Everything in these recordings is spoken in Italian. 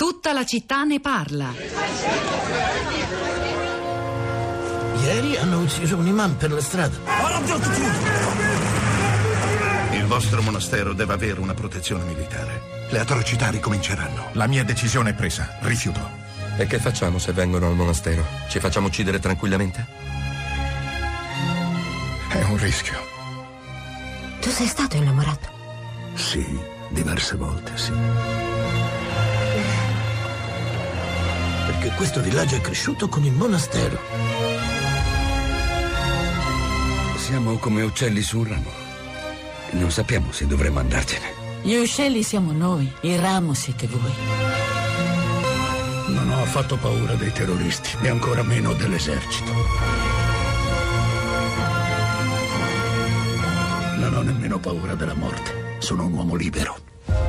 Tutta la città ne parla. Ieri hanno ucciso un imam per la strada. Il vostro monastero deve avere una protezione militare. Le atrocità ricominceranno. La mia decisione è presa. Rifiuto. E che facciamo se vengono al monastero? Ci facciamo uccidere tranquillamente? È un rischio. Tu sei stato innamorato? Sì, diverse volte, sì. Perché questo villaggio è cresciuto con il monastero. Siamo come uccelli su un ramo. Non sappiamo se dovremo andarcene. Gli uccelli siamo noi, il ramo siete voi. Non ho affatto paura dei terroristi e ancora meno dell'esercito. Non ho nemmeno paura della morte. Sono un uomo libero.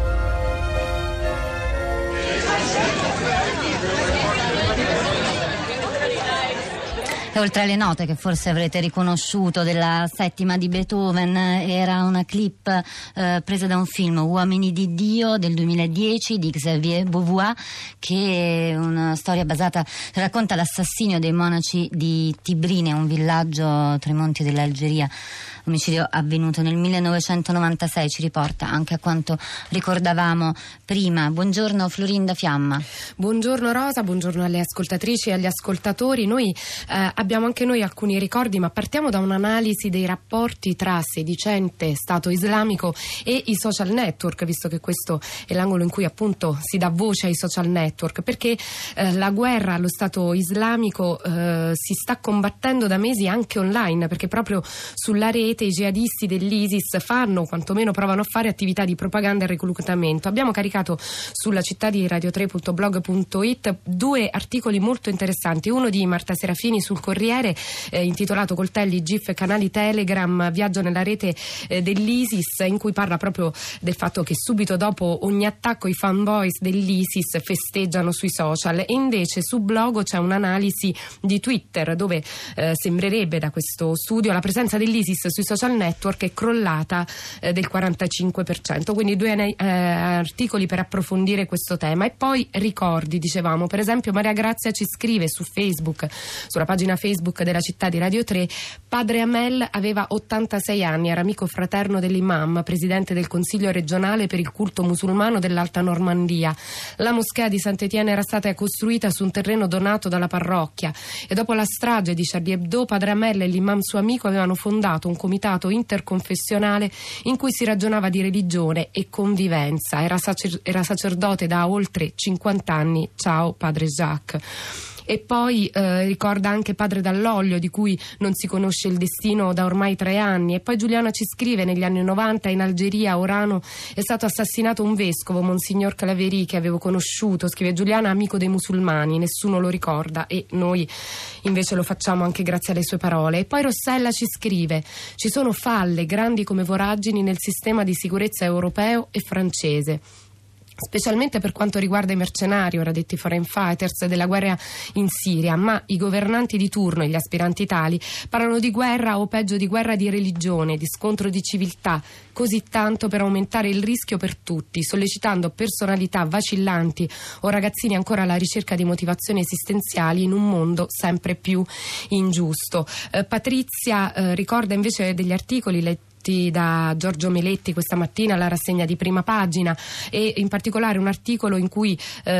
E oltre alle note che forse avrete riconosciuto della settima di Beethoven, era una clip presa da un film, Uomini di Dio, del 2010 di Xavier Beauvoir, che è una storia racconta l'assassinio dei monaci di Tibrine, un villaggio tra i monti dell'Algeria. Omicidio avvenuto nel 1996, ci riporta anche a quanto ricordavamo prima. Buongiorno Florinda Fiamma. Buongiorno Rosa, buongiorno alle ascoltatrici e agli ascoltatori. Noi abbiamo anche noi alcuni ricordi, ma partiamo da un'analisi dei rapporti tra sedicente Stato islamico e i social network, visto che questo è l'angolo in cui appunto si dà voce ai social network, perché la guerra allo Stato islamico si sta combattendo da mesi anche online, perché proprio sulla rete i jihadisti dell'ISIS fanno, quantomeno provano a fare, attività di propaganda e reclutamento. Abbiamo caricato sulla città di radio3.blog.it 2 articoli molto interessanti, uno di Marta Serafini sul Corriere intitolato Coltelli, GIF e canali Telegram, viaggio nella rete dell'ISIS, in cui parla proprio del fatto che subito dopo ogni attacco i fanboys dell'ISIS festeggiano sui social, e invece su Blogo c'è un'analisi di Twitter dove sembrerebbe, da questo studio, la presenza dell'ISIS sui social network è crollata del 45%, quindi 2 articoli per approfondire questo tema. E poi ricordi, dicevamo, per esempio Maria Grazia ci scrive su Facebook, sulla pagina Facebook della città di Radio 3: padre Amel aveva 86 anni, era amico fraterno dell'imam, presidente del consiglio regionale per il culto musulmano dell'Alta Normandia. La moschea di Saint-Étienne era stata costruita su un terreno donato dalla parrocchia, e dopo la strage di Charlie Hebdo padre Amel e l'imam suo amico avevano fondato un comitato interconfessionale in cui si ragionava di religione e convivenza. Era sacerdote da oltre 50 anni. Ciao padre Jacques. E poi ricorda anche padre Dall'Oglio, di cui non si conosce il destino da ormai 3 anni. E poi Giuliana ci scrive: negli anni 90 in Algeria, a Orano, è stato assassinato un vescovo, Monsignor Claveri, che avevo conosciuto. Scrive Giuliana, amico dei musulmani, nessuno lo ricorda, e noi invece lo facciamo anche grazie alle sue parole. E poi Rossella ci scrive: ci sono falle grandi come voragini nel sistema di sicurezza europeo e francese, specialmente per quanto riguarda i mercenari, ora detti foreign fighters, della guerra in Siria, ma i governanti di turno e gli aspiranti tali parlano di guerra, o peggio di guerra di religione, di scontro di civiltà, così tanto per aumentare il rischio per tutti, sollecitando personalità vacillanti o ragazzini ancora alla ricerca di motivazioni esistenziali in un mondo sempre più ingiusto. Patrizia ricorda invece degli articoli letti da Giorgio Meletti questa mattina alla rassegna di Prima Pagina, e in particolare un articolo in cui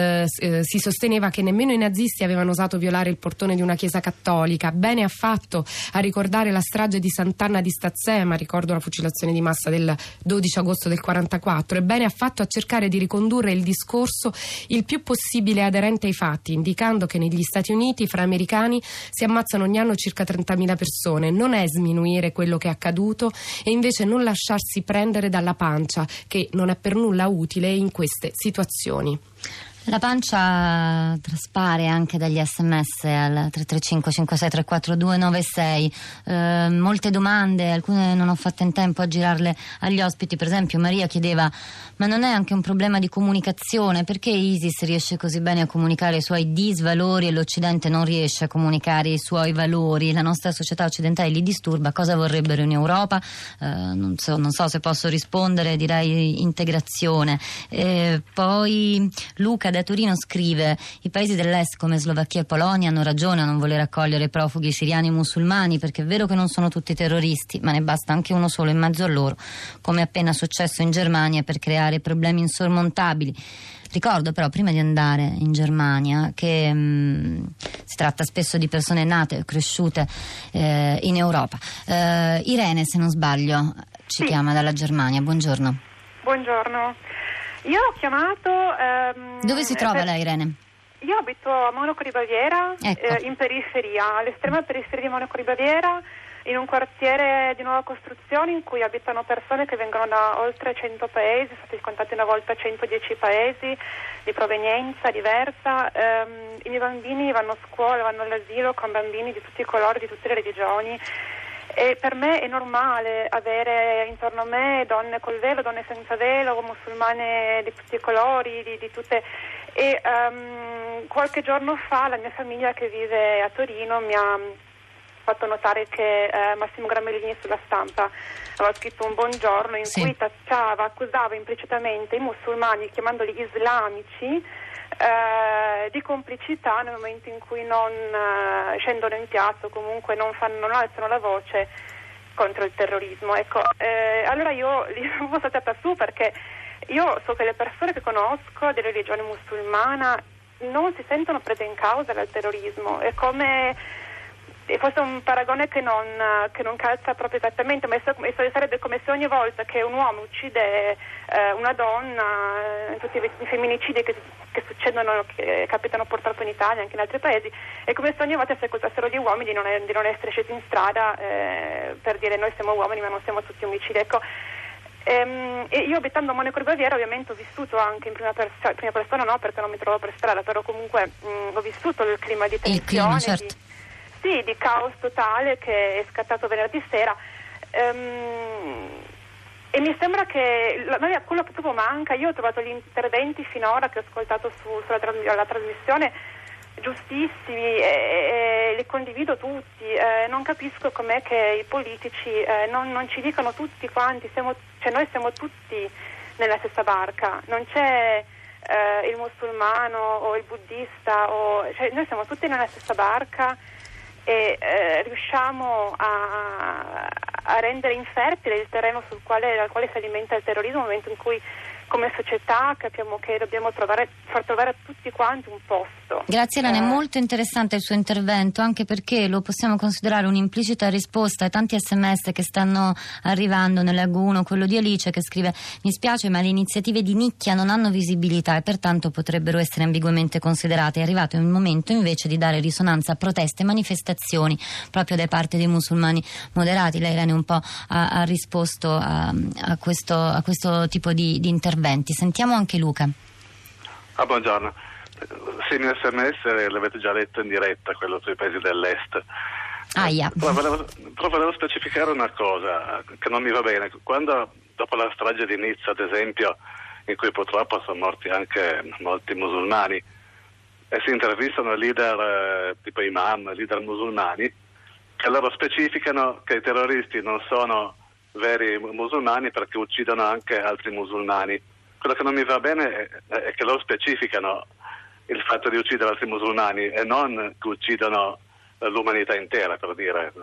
si sosteneva che nemmeno i nazisti avevano osato violare il portone di una chiesa cattolica. Bene ha fatto a ricordare la strage di Sant'Anna di Stazzema, ricordo la fucilazione di massa del 12 agosto del 44, e bene ha fatto a cercare di ricondurre il discorso il più possibile aderente ai fatti, indicando che negli Stati Uniti fra americani si ammazzano ogni anno circa 30.000 persone. Non è sminuire quello che è accaduto, e invece non lasciarsi prendere dalla pancia, che non è per nulla utile in queste situazioni. La pancia traspare anche dagli sms al 335 5634 296. Molte domande, alcune non ho fatto in tempo a girarle agli ospiti. Per esempio Maria chiedeva: ma non è anche un problema di comunicazione? Perché ISIS riesce così bene a comunicare i suoi disvalori e l'Occidente non riesce a comunicare i suoi valori? La nostra società occidentale li disturba. Cosa vorrebbero in Europa? Non so se posso rispondere, direi integrazione. Poi Luca da Torino scrive: i paesi dell'est come Slovacchia e Polonia hanno ragione a non voler accogliere profughi siriani e musulmani, perché è vero che non sono tutti terroristi, ma ne basta anche uno solo in mezzo a loro, come appena successo in Germania, per creare problemi insormontabili. Ricordo però, prima di andare in Germania, che si tratta spesso di persone nate e cresciute in Europa. Irene, se non sbaglio, ci chiama dalla Germania. Buongiorno. Buongiorno. Io ho chiamato... Dove si trova lei, Irene? Io abito a Monaco di Baviera, ecco. In periferia, all'estrema periferia di Monaco di Baviera, in un quartiere di nuova costruzione in cui abitano persone che vengono da oltre 100 paesi, sono stati contati una volta 110 paesi di provenienza diversa. I miei bambini vanno a scuola, vanno all'asilo con bambini di tutti i colori, di tutte le religioni, e per me è normale avere intorno a me donne col velo, donne senza velo, musulmane di tutti i colori, di tutte... E qualche giorno fa la mia famiglia che vive a Torino mi ha fatto notare che Massimo Gramellini sulla Stampa aveva scritto un buongiorno in cui accusava implicitamente i musulmani, chiamandoli islamici, di complicità nel momento in cui non scendono in piazza o comunque non alzano la voce contro il terrorismo. Ecco, allora io li sono saltata su, perché io so che le persone che conosco della religione musulmana non si sentono prese in causa dal terrorismo. È come... forse un paragone che non calza proprio esattamente, ma sarebbe come se ogni volta che un uomo uccide una donna, tutti i femminicidi che succedono, che capitano purtroppo in Italia, anche in altri paesi, è come se ogni volta si accusassero gli uomini di non essere scesi in strada per dire noi siamo uomini ma non siamo tutti omicidi. Ecco. E io, abitando a Monaco di Baviera, ovviamente ho vissuto anche in prima persona, no, perché non mi trovo per strada, però comunque ho vissuto il clima di tensione, il clima, certo. Di caos totale che è scattato venerdì sera, e mi sembra che quello che proprio manca. Io ho trovato gli interventi finora che ho ascoltato sulla trasmissione giustissimi e li condivido tutti. Non capisco com'è che i politici non ci dicano tutti quanti, noi siamo tutti nella stessa barca, non c'è il musulmano o il buddista, noi siamo tutti nella stessa barca, e riusciamo a rendere infertile il terreno dal quale si alimenta il terrorismo, nel momento in cui come società capiamo che dobbiamo far trovare a tutti quanti un posto. Grazie Elena, è molto interessante il suo intervento, anche perché lo possiamo considerare un'implicita risposta ai tanti sms che stanno arrivando. Ne leggo uno, quello di Alice, che scrive: mi spiace ma le iniziative di nicchia non hanno visibilità e pertanto potrebbero essere ambiguamente considerate. È arrivato il momento invece di dare risonanza a proteste e manifestazioni proprio da parte dei musulmani moderati. Lei Irene un po' ha risposto a questo tipo di interventi. Sentiamo anche Luca. Buongiorno. Sì, il mio sms l'avete già letto in diretta, quello sui paesi dell'est. Però volevo specificare una cosa che non mi va bene. Quando, dopo la strage di Nizza, ad esempio, in cui purtroppo sono morti anche molti musulmani, e si intervistano leader tipo imam, leader musulmani, che loro specificano che i terroristi non sono veri musulmani perché uccidono anche altri musulmani. Quello che non mi va bene è che loro specificano il fatto di uccidere altri musulmani e non che uccidono l'umanità intera, per dire.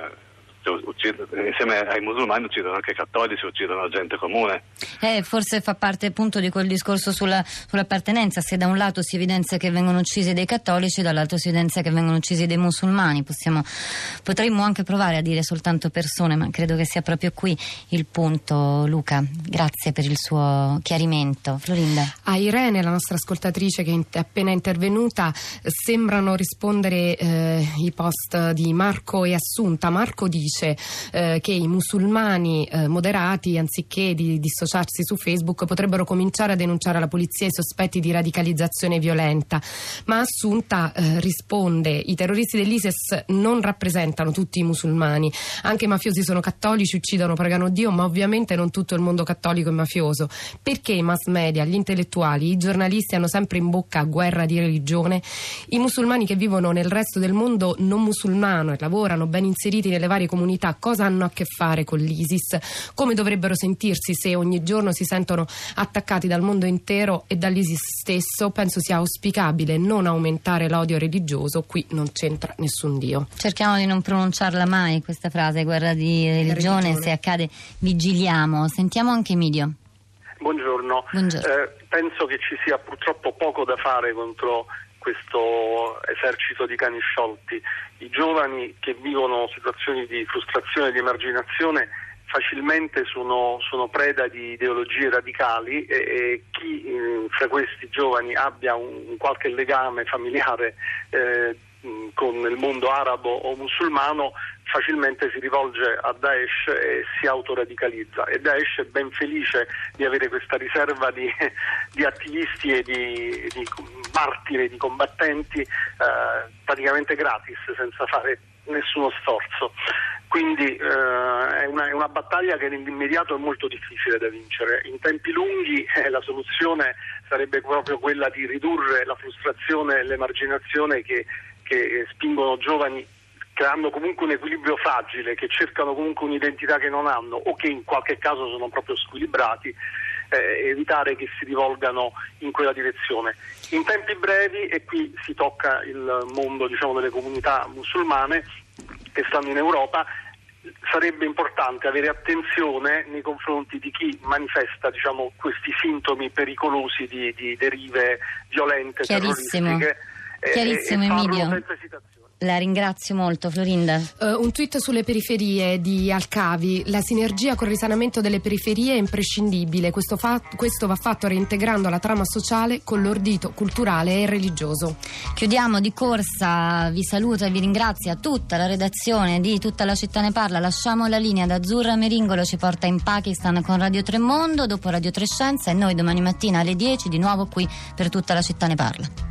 Insieme ai musulmani uccidono anche i cattolici, uccidono gente comune. Forse fa parte appunto di quel discorso sull'appartenenza. Se da un lato si evidenzia che vengono uccisi dei cattolici, dall'altro si evidenzia che vengono uccisi dei musulmani. Potremmo anche provare a dire soltanto persone, ma credo che sia proprio qui il punto. Luca, grazie per il suo chiarimento. Florinda. A Irene, la nostra ascoltatrice che è appena intervenuta, sembrano rispondere i post di Marco e Assunta. Marco dice che i musulmani moderati, anziché di dissociarsi su Facebook, potrebbero cominciare a denunciare alla polizia i sospetti di radicalizzazione violenta, ma Assunta risponde: i terroristi dell'ISIS non rappresentano tutti i musulmani, anche i mafiosi sono cattolici, uccidono, pregano Dio, ma ovviamente non tutto il mondo cattolico è mafioso. Perché i mass media, gli intellettuali, i giornalisti hanno sempre in bocca guerra di religione? I musulmani che vivono nel resto del mondo non musulmano e lavorano ben inseriti nelle varie comunità comunità cosa hanno a che fare con l'ISIS, come dovrebbero sentirsi se ogni giorno si sentono attaccati dal mondo intero e dall'ISIS stesso. Penso sia auspicabile non aumentare l'odio religioso, qui non c'entra nessun Dio. Cerchiamo di non pronunciarla mai questa frase, guerra di religione, se accade vigiliamo. Sentiamo anche Emidio. Buongiorno. Penso che ci sia purtroppo poco da fare contro questo esercito di cani sciolti. I giovani che vivono situazioni di frustrazione e di emarginazione facilmente sono preda di ideologie radicali e chi fra questi giovani abbia un qualche legame familiare con il mondo arabo o musulmano facilmente si rivolge a Daesh e si autoradicalizza, e Daesh è ben felice di avere questa riserva di attivisti e di martiri, di combattenti praticamente gratis, senza fare nessuno sforzo. Quindi è una battaglia che nell'immediato è molto difficile da vincere. In tempi lunghi la soluzione sarebbe proprio quella di ridurre la frustrazione e l'emarginazione che spingono giovani, creando comunque un equilibrio fragile, che cercano comunque un'identità che non hanno o che in qualche caso sono proprio squilibrati, evitare che si rivolgano in quella direzione. In tempi brevi, e qui si tocca il mondo delle comunità musulmane che stanno in Europa, sarebbe importante avere attenzione nei confronti di chi manifesta questi sintomi pericolosi di derive violente, terroristiche. Chiarissimo, Emidio. La ringrazio molto, Florinda. Un tweet sulle periferie di Alcavi: la sinergia con il risanamento delle periferie è imprescindibile, questo va fatto reintegrando la trama sociale con l'ordito culturale e religioso. Chiudiamo di corsa, vi saluto e vi ringrazio a tutta la redazione di Tutta la città ne parla. Lasciamo la linea da Azzurra Meringolo, ci porta in Pakistan con Radio 3 Mondo, dopo Radio 3 Scienza, e noi domani mattina alle 10 di nuovo qui per Tutta la città ne parla.